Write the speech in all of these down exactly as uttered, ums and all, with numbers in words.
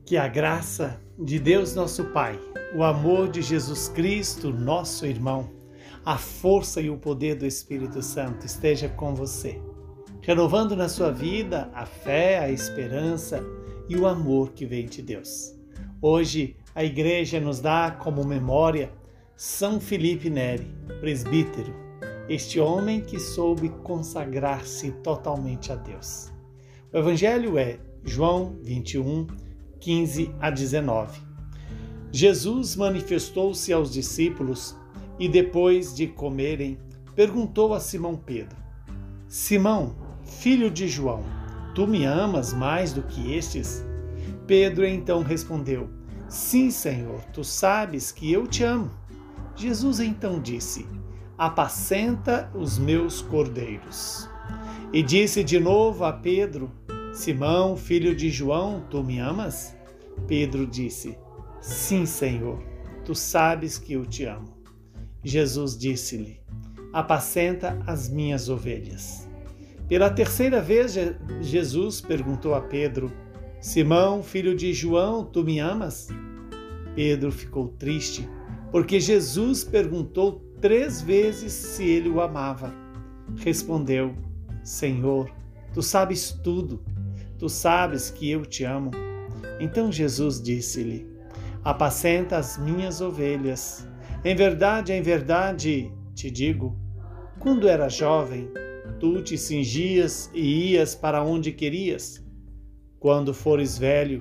Que a graça de Deus nosso Pai, o amor de Jesus Cristo, nosso irmão, a força e o poder do Espírito Santo esteja com você, renovando na sua vida a fé, a esperança e o amor que vem de Deus. Hoje a igreja nos dá como memória São Filipe Neri, presbítero, este homem que soube consagrar-se totalmente a Deus. O evangelho é João vinte e um, quinze a dezenove. Jesus manifestou-se aos discípulos e, depois de comerem, perguntou a Simão Pedro: Simão, filho de João, tu me amas mais do que estes? Pedro então respondeu: Sim, Senhor, tu sabes que eu te amo. Jesus então disse: Apacenta os meus cordeiros. E disse de novo a Pedro: Simão, filho de João, tu me amas? Pedro disse: Sim, Senhor, tu sabes que eu te amo. Jesus disse-lhe: Apacenta as minhas ovelhas. Pela terceira vez, Jesus perguntou a Pedro: Simão, filho de João, tu me amas? Pedro ficou triste, porque Jesus perguntou três vezes se ele o amava. Respondeu: Senhor, tu sabes tudo. Tu sabes que eu te amo. Então Jesus disse-lhe: Apacenta as minhas ovelhas. Em verdade, em verdade, te digo, quando eras jovem, tu te cingias e ias para onde querias. Quando fores velho,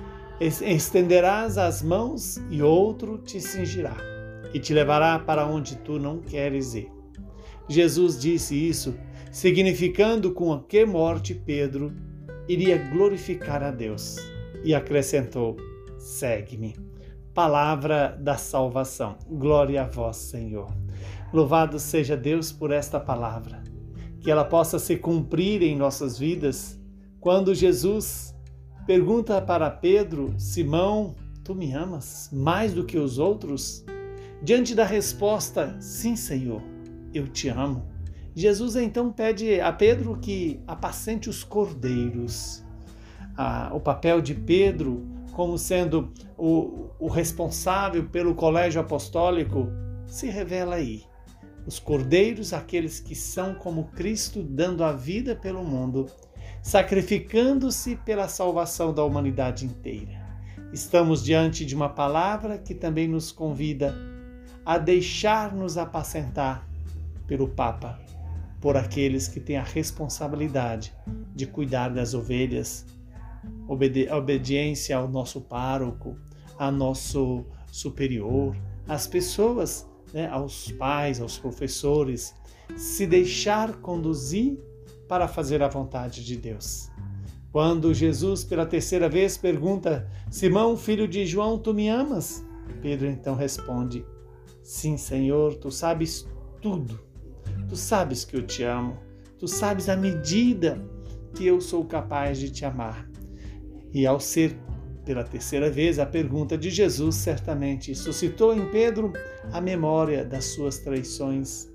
estenderás as mãos e outro te cingirá e te levará para onde tu não queres ir. Jesus disse isso, significando com a que morte Pedro iria glorificar a Deus, e acrescentou: segue-me. Palavra da salvação. Glória a vós, Senhor. Louvado seja Deus por esta palavra, que ela possa se cumprir em nossas vidas, quando Jesus pergunta para Pedro: Simão, tu me amas mais do que os outros? Diante da resposta: sim, Senhor, eu te amo, Jesus então pede a Pedro que apacente os cordeiros. Ah, o papel de Pedro, como sendo o, o responsável pelo colégio apostólico, se revela aí. Os cordeiros, aqueles que são como Cristo, dando a vida pelo mundo, sacrificando-se pela salvação da humanidade inteira. Estamos diante de uma palavra que também nos convida a deixar-nos apacentar pelo Papa, por aqueles que têm a responsabilidade de cuidar das ovelhas, obedi- a obediência ao nosso pároco, ao nosso superior, às pessoas, né, aos pais, aos professores, se deixar conduzir para fazer a vontade de Deus. Quando Jesus, pela terceira vez, pergunta: Simão, filho de João, tu me amas? Pedro então responde: Sim, Senhor, tu sabes tudo. Tu sabes que eu te amo. Tu sabes a medida que eu sou capaz de te amar. E ao ser pela terceira vez a pergunta de Jesus, certamente suscitou em Pedro a memória das suas traições.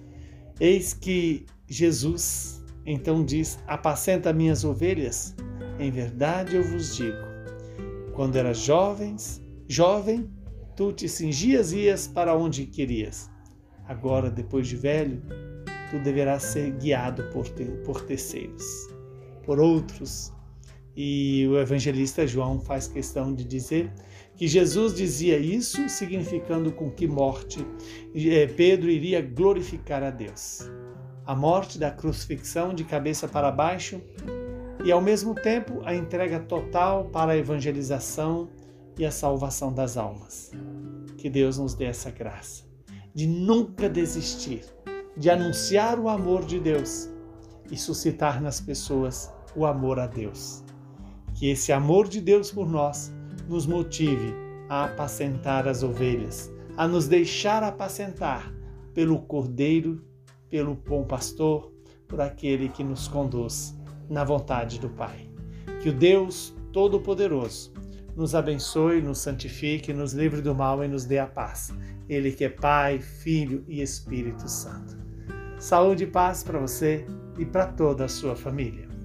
Eis que Jesus então diz: Apacenta minhas ovelhas. Em verdade eu vos digo, quando eras jovens, jovem, tu te cingias e ias para onde querias. Agora, depois de velho, tu deverás ser guiado por, te, por terceiros, por outros. E o evangelista João faz questão de dizer que Jesus dizia isso, significando com que morte Pedro iria glorificar a Deus. A morte da crucifixão de cabeça para baixo e, ao mesmo tempo, a entrega total para a evangelização e a salvação das almas. Que Deus nos dê essa graça de nunca desistir, de anunciar o amor de Deus e suscitar nas pessoas o amor a Deus. Que esse amor de Deus por nós nos motive a apacentar as ovelhas, a nos deixar apacentar pelo Cordeiro, pelo bom pastor, por aquele que nos conduz na vontade do Pai. Que o Deus Todo-Poderoso nos abençoe, nos santifique, nos livre do mal e nos dê a paz. Ele que é Pai, Filho e Espírito Santo. Saúde e paz para você e para toda a sua família.